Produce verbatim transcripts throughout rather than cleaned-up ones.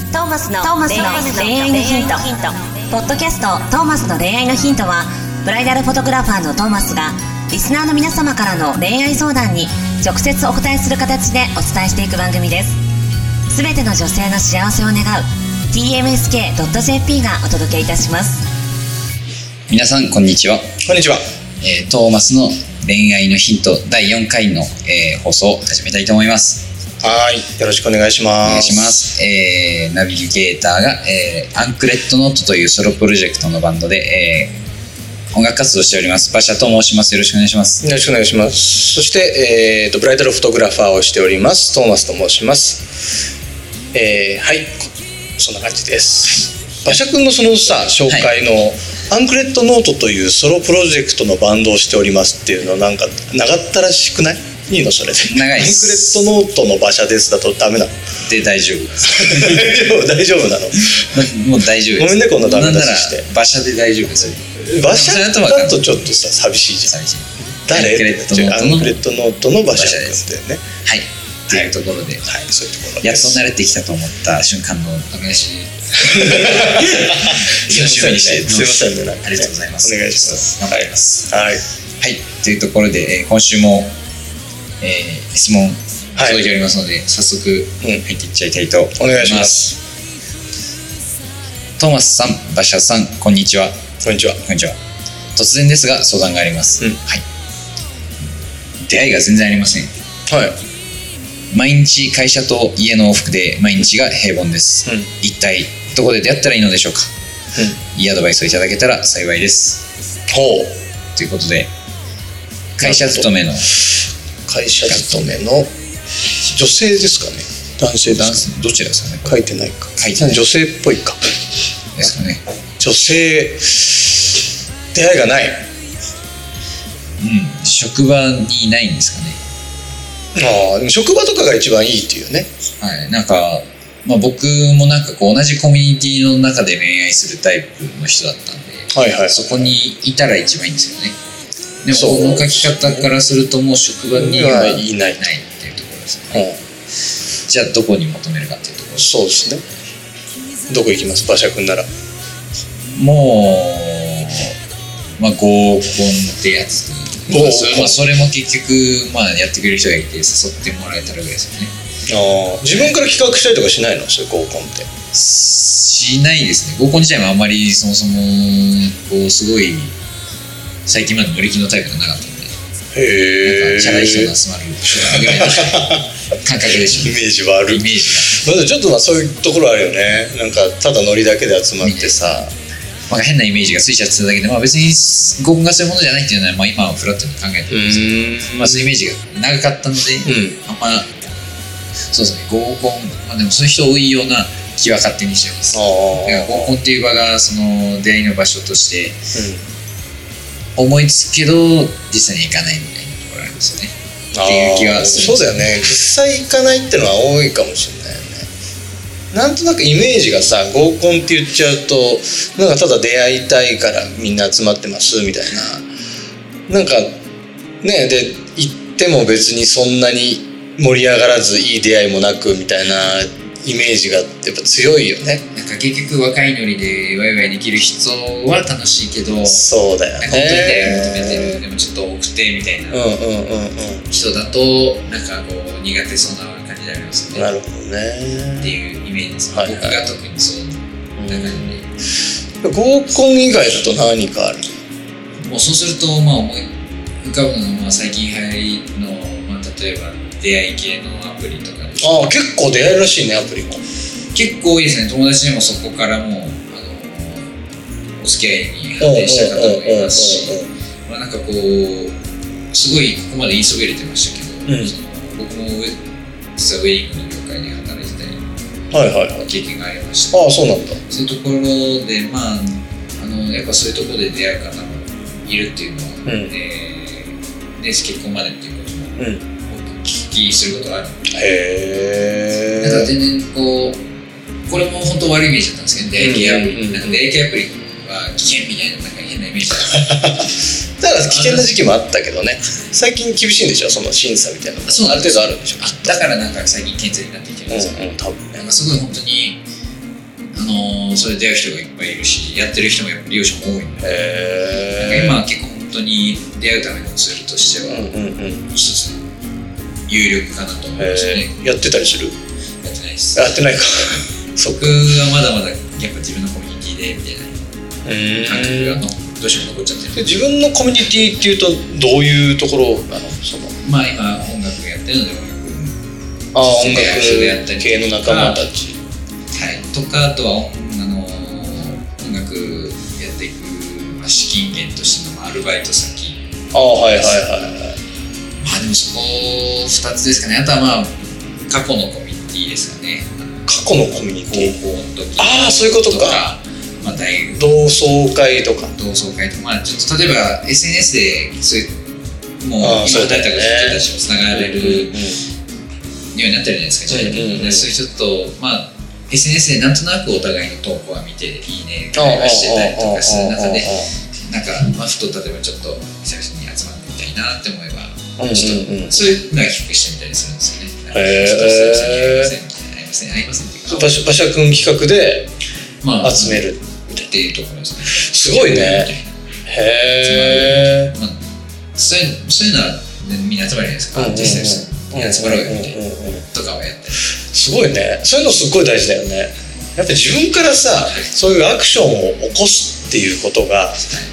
トーマスの恋愛のヒント。ポッドキャストトーマスの恋愛のヒントは、ブライダルフォトグラファーのトーマスがリスナーの皆様からの恋愛相談に直接お答えする形でお伝えしていく番組です。すべての女性の幸せを願う ティーエムエスケードットジェーピー がお届けいたします。 皆さんこんにちは。 こんにちは。 えー、トーマスの恋愛のヒントだいよんかいの、えー、放送を始めたいと思います。 はい、よろしくお願いします。 お願いします。えー、ナビゲーターが、えー、アンクレットノートというソロプロジェクトのバンドで、えー、音楽活動しております馬車と申します。よろしくお願いします。 よろしくお願いします。そして、えー、とブライダルフォトグラファーをしておりますトーマスと申します。えー、はい、そんな感じです。馬車くんのそのさ紹介の、はい、アンクレットノートというソロプロジェクトのバンドをしておりますっていうのなんか長ったらしくない？いいのそれで。 長いです。 アンクレットノートの馬車ですだとダメなの？ で大丈夫です。 大丈夫なの？ もう大丈夫です。 ごめんねこんなダメ出しして。 馬車で大丈夫です。 馬車だとちょっとさ寂しいじゃん。誰？アンクレットノートの馬車くんだよね。 はい。というところで、 はい、そういうところやっと慣れてきたと思った瞬間のお願いし楽しみにしてすいませんね。 ありがとうございます。 お願いします。 頑張ります。 はい、はい、 というところで、えー、今週も、えー、質問届いておりますので、はい、早速入っていっちゃいたいと思います。 お願いします。 トーマスさん、馬車さん、こんにちは。 こんにちは。 こんにちは。突然ですが相談があります。うん、はい。出会いが全然ありません。 はい。 毎日会社と家の往復で毎日が平凡です、うん、一体どこで出会ったらいいのでしょうか、うん、いいアドバイスをいただけたら幸いです。 ほう。 ということで、会社勤めの会社勤めの女性ですかね、男性ですかね、 どちらですかね。 書いてないか。 書いてない。 女性っぽいかですかね。 女性出会いがない。 うん、職場にいないんですかね。 ああ、でも職場とかが一番いいっていうね。 はい、なんか、まあ、僕もなんかこう同じコミュニティの中で恋愛するタイプの人だったんで、 はいはい、 そこにいたら一番いいんですよね。でもこの書き方からするともう職場にはいないっていうところですね、うん、じゃあどこに求めるかっていうところ。 そうですね。どこ行きます馬車くんなら。 もう、まあ、合コンってやつ。まあ、それ、まあ、それも結局、まあ、やってくれる人がいて誘ってもらえたらぐらいですよね。 ああ、自分から企画したりとかしないの？そういう合コンってしないですね。合コン自体もあんまりそもそもこうすごい最近まで乗り気のタイプがなかったので、へえ、なんかチャラい人が集まるぐらいの感覚でしょ。 イメージはある。イメージが、まあ、ちょっとまあそういうところあるよね。なんかただノリだけで集まってさ、 まあ、変なイメージがついちゃってただけで、まあ、別に合コンがそういうものじゃないっていうのは、まあ、今はフラットに考えてるんですけど、まあ、そういうイメージが長かったので、うん、あんまそうですね、合コン、まあ、でもそういう人多いような気は勝手にしてます。だから合コンっていう場がその出会いの場所として思いつくけど実際に行かないみたいなところありますよねっていう気はするんですよね。 そうだよね、実際行かないっていうのは多いかもしれないよね。なんとなくイメージがさ、合コンって言っちゃうとなんかただ出会いたいからみんな集まってますみたいな、なんかね、で行っても別にそんなに盛り上がらずいい出会いもなくみたいなイメージがやっぱ強いよね。 なんか結局若いノリでワイワイできる人は楽しいけど、 そうだよね、 なんか本当に出会い求めてるでもちょっと多くてみたいな人だとなんかこう苦手そうな感じになりますね。 なるほどねっていうイメージですね、はいはい、僕が特にそうな感じで。 合コン以外だと何かある？ もうそうするとまあ思い浮かぶのが、まあ、最近流行りの、まあ、例えば出会い系のアプリとかで。 ああ、結構出会いらしいね、アプリも。 結構多いですね。友達でもそこからもうあのお付き合いに発展した方もいますし、まあなんかこうすごいここまで言いそびれてましたけど、うん、その僕も実はウェディングの業界で働いてたり、はいはいはい、経験がありました。 ああ、そうなんだ。 そういうところで、まああのやっぱそういうところで出会う方もいるっていうのは、うん、えー、で結婚までっていうことも、うん、お聞きすることがあるので、 へー、 なんか全然こうこれも本当悪いイメージだったんですけど、出会い系アプリ、なんか出会い系アプリは危険みたいな、なんか変なイメージだっただから危険な時期もあったけどね、最近厳しいんでしょ、その審査みたいなのもある程度あるんでしょ。 だからなんか最近顕在になってきてるんですけど、うんうん、多分ね、なんかすごい本当にのー、それで出会う人がいっぱいいるし、やってる人もやっぱ利用者も多いんで、 へなんか今は結構本当に出会うためのツールとしては、うんうんうん、一つ有力かなと思いますね。 やってたりする？ やってないです。 やってないか僕はまだまだやっぱ自分のコミュニティでみたいな感覚がのどうしても残っちゃってる。 自分のコミュニティっていうとどういうところなの？そのまあ今音楽やってるので音楽あ音楽系の仲間たち、 はい、とかあとはあの音楽やっていく、まあ、資金源としてのアルバイト先。 あはいはいはいはい。 まあでもそこふたつですかね。あとはまあ過去のコミュニティですかね。 過去のコミュニティ。 高校の時ああそういうことか。 まあ、大学同窓会とか。 同窓会とか、まあちょっと例えば エスエヌエス でそういうもう今働いた人たちもつながれる、うんうんようになってるじゃないですか、時代的に、うんうんうん、そういうちょっとまあ エスエヌエス でなんとなくお互いの投稿は見ていいね会話してたりとかする中でなんか、まあ、ふと例えばちょっと久々に集まってみたいなって思えば、うんうんうん、ちょっとそういうのが企画してみたりするんですよね。へー。ありませんありませんっていうか馬車くん企画で集めるっていうところですね。 すごいね。へー。 まあ、そういうそういうのは、ね、みんな集まるじゃないですか、実際に集まろうよみたいなとかをやったりすごいね。そういうのすごい大事だよね。やっぱ自分からさ、はい、そういうアクションを起こすっていうことが、はい、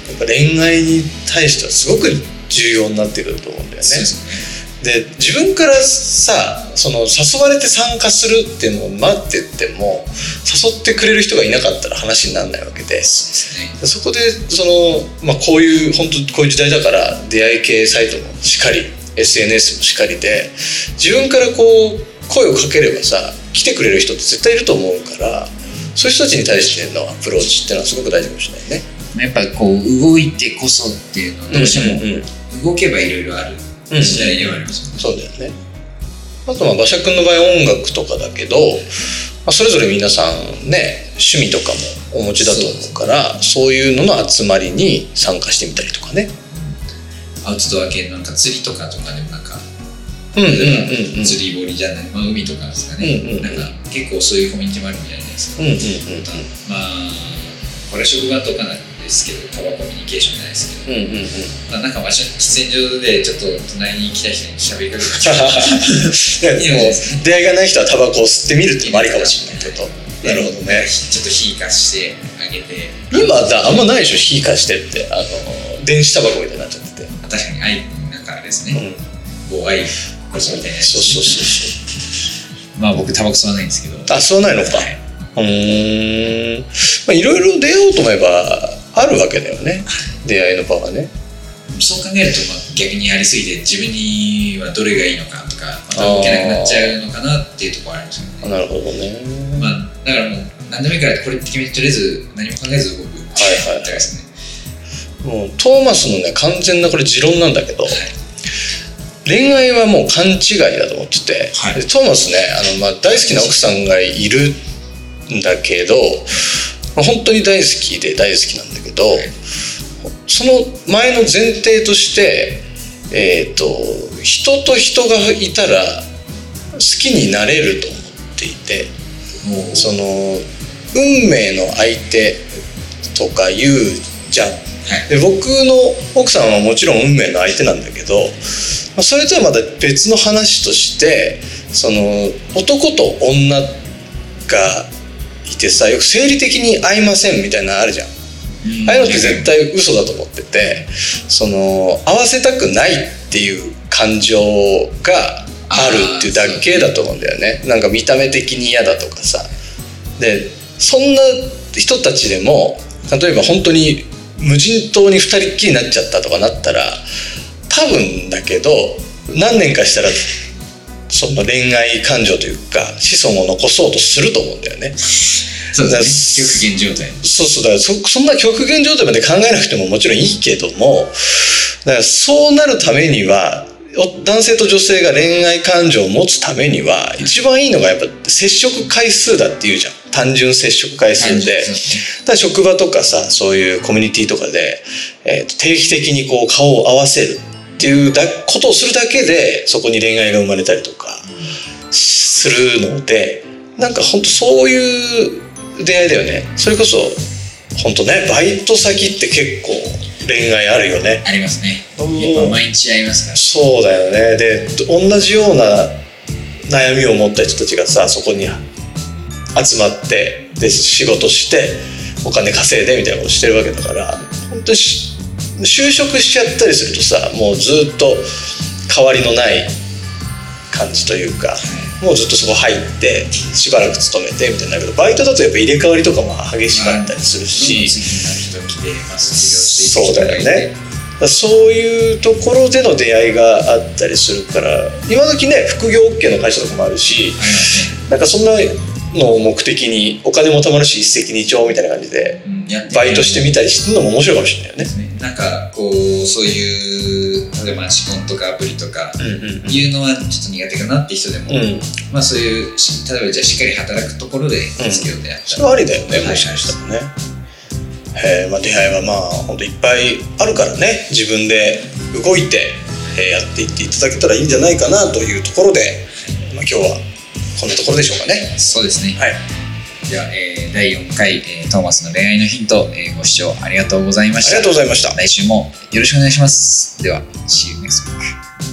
やっぱ恋愛に対してはすごく重要になってくると思うんだよね。そうですね。で自分からさその誘われて参加するっていうのを待ってっても誘ってくれる人がいなかったら話にならないわけで、 そ, で、ね、そこでその、まあ、こういう本当こういう時代だから出会い系サイトもしっかり エスエヌエス もしっかりで自分からこう声をかければさ来てくれる人って絶対いると思うからそういう人たちに対してのアプローチっていうのはすごく大事かもしれないね。 やっぱこう動いてこそっていうのはどうしても動けばいろいろある時代ではありますよね、 うん、そうだよね。あとまあ馬車くんの場合音楽とかだけど、まあ、それぞれ皆さんね趣味とかもお持ちだと思うからそういうのの集まりに参加してみたりとかね。 アウトドア系のなんか釣りとかとかでもなんか、 うんうんうんうん、 釣り堀じゃない、まあ、海とかですかね、うんうんうん、なんか結構そういうコミュニティもあるみたいじゃないですか、うんうんうん、まあこれは職場とかなんですけどタバコミュニケーションじゃないですけど、うんうんうんまあ、なんか場所喫煙所でちょっと隣に来た人に喋りかけるいいのも出会いがない人はタバコを吸ってみるっていうのもありかもしれないけど。なるほどね。 ちょっと火貸してあげて今だあんまないでしょ火貸してってあの電子タバコみたいになっちゃってて確かにアイなんかあれですね、うん、こうアイコスみたいなやつ、 そうそうそうそうまあ僕タバコ吸わないんですけどあ吸わないのか、はい、うーんまあいろいろ出会おうと思えばあるわけだよね出会いの場はね。 そう考えると、まあ、逆にやりすぎて自分にはどれがいいのかとかまた動けなくなっちゃうのかなっていうところはありますよね。 なるほどね、 まあ、だからもう何でもいいからこれって決めてとりあえず何も考えず動くっていうことですね。 もうトーマスのね完全なこれ持論なんだけど、はい、恋愛はもう勘違いだと思ってて、はい、トーマスねあの、まあ、大好きな奥さんがいるんだけど、まあ、本当に大好きで大好きなんだけど、はい、その前の前提として、えーと、人と人がいたら好きになれると思っていて、その運命の相手とか言うじゃん、はい、で僕の奥さんはもちろん運命の相手なんだけど、まあ、それとはまた別の話としてその男と女がいてさよく生理的に合いませんみたいなのあるじゃん。ああいうのって絶対嘘だと思っててその合わせたくないっていう感情があるっていうだけだと思うんだよね。なんか見た目的に嫌だとかさでそんな人たちでも例えば本当に無人島にふたりっきりになっちゃったとかなったら多分だけど何年かしたらその恋愛感情というか子孫を残そうとすると思うんだよね。 そうですね、極限状態。 そうそうだから そ, そんな極限状態まで考えなくてももちろんいいけどもだからそうなるためには男性と女性が恋愛感情を持つためには一番いいのがやっぱ接触回数だっていうじゃん。単純接触回数でだから職場とかさそういうコミュニティとかで、えー、と定期的にこう顔を合わせるっていうだことをするだけでそこに恋愛が生まれたりとかするのでなんか本当そういう出会いだよね。それこそ本当ね、バイト先って結構恋愛あるよね。 ありますね。毎日会いますから。 そうだよね。で同じような悩みを持った人たちがさ、そこに集まってで仕事してお金稼いでみたいなことしてるわけだから、本当に就職しちゃったりするとさ、もうずっと変わりのない感じというか、もうずっとそこ入ってしばらく勤めてみたいになるけど、バイトだとやっぱ入れ替わりとかも激しかったりするし、 次の人来てますそうだよね。そういうところでの出会いがあったりするから、今時ね副業 OK の会社とかもあるし、なんかそんなのを目的にお金も貯まるし一石二鳥みたいな感じでバイトしてみたりするのも面白いかもしれないよね。 なんかこうそういう例えばシコンとかアプリとかいうのはちょっと苦手かなって人でも、うん、まあそういう例えばじゃあしっかり働くところでスキルでやったら、 うん、それはありだよね、もしかしたらね。へえ、まあ、出会いはまあ本当いっぱいあるからね、自分で動いてやっていっていただけたらいいんじゃないかなというところで、まあ、今日はこんなところでしょうかね。 そうですね。 はい。 では、えー、だいよんかい、えー、トーマスの恋愛のヒント、えー、ご視聴ありがとうございました。 ありがとうございました。 来週もよろしくお願いします。では See you next week。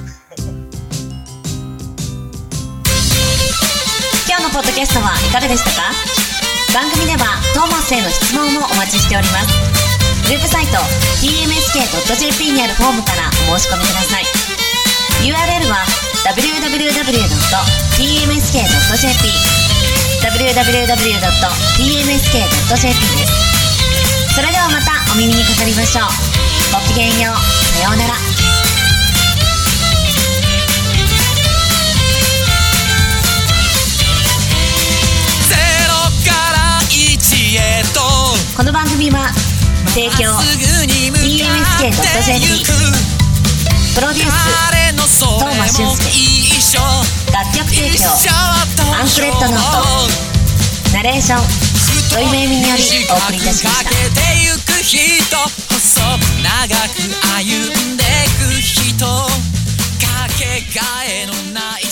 今日のポッドキャストはいかがでしたか？番組ではトーマスへの質問もお待ちしております。ウェブサイト ティーエムエスケードットジェーピー にあるフォームからお申し込みください。 ユーアールエル は ダブリューダブリューダブリュードットティーエムエスケードットジェーピー ダブリューダブリューダブリュードットティーエムエスケードットジェーピー です。それではまたお耳にかかりましょう。ごきげんよう。さようなら。この番組は提供 ティーエムエスケードットジェーピー、プロデュース東間俊介、楽曲提供アンクレットノート、ナレーション土井めいみによりお送りいたしました。長く歩んでく人、かけがえのない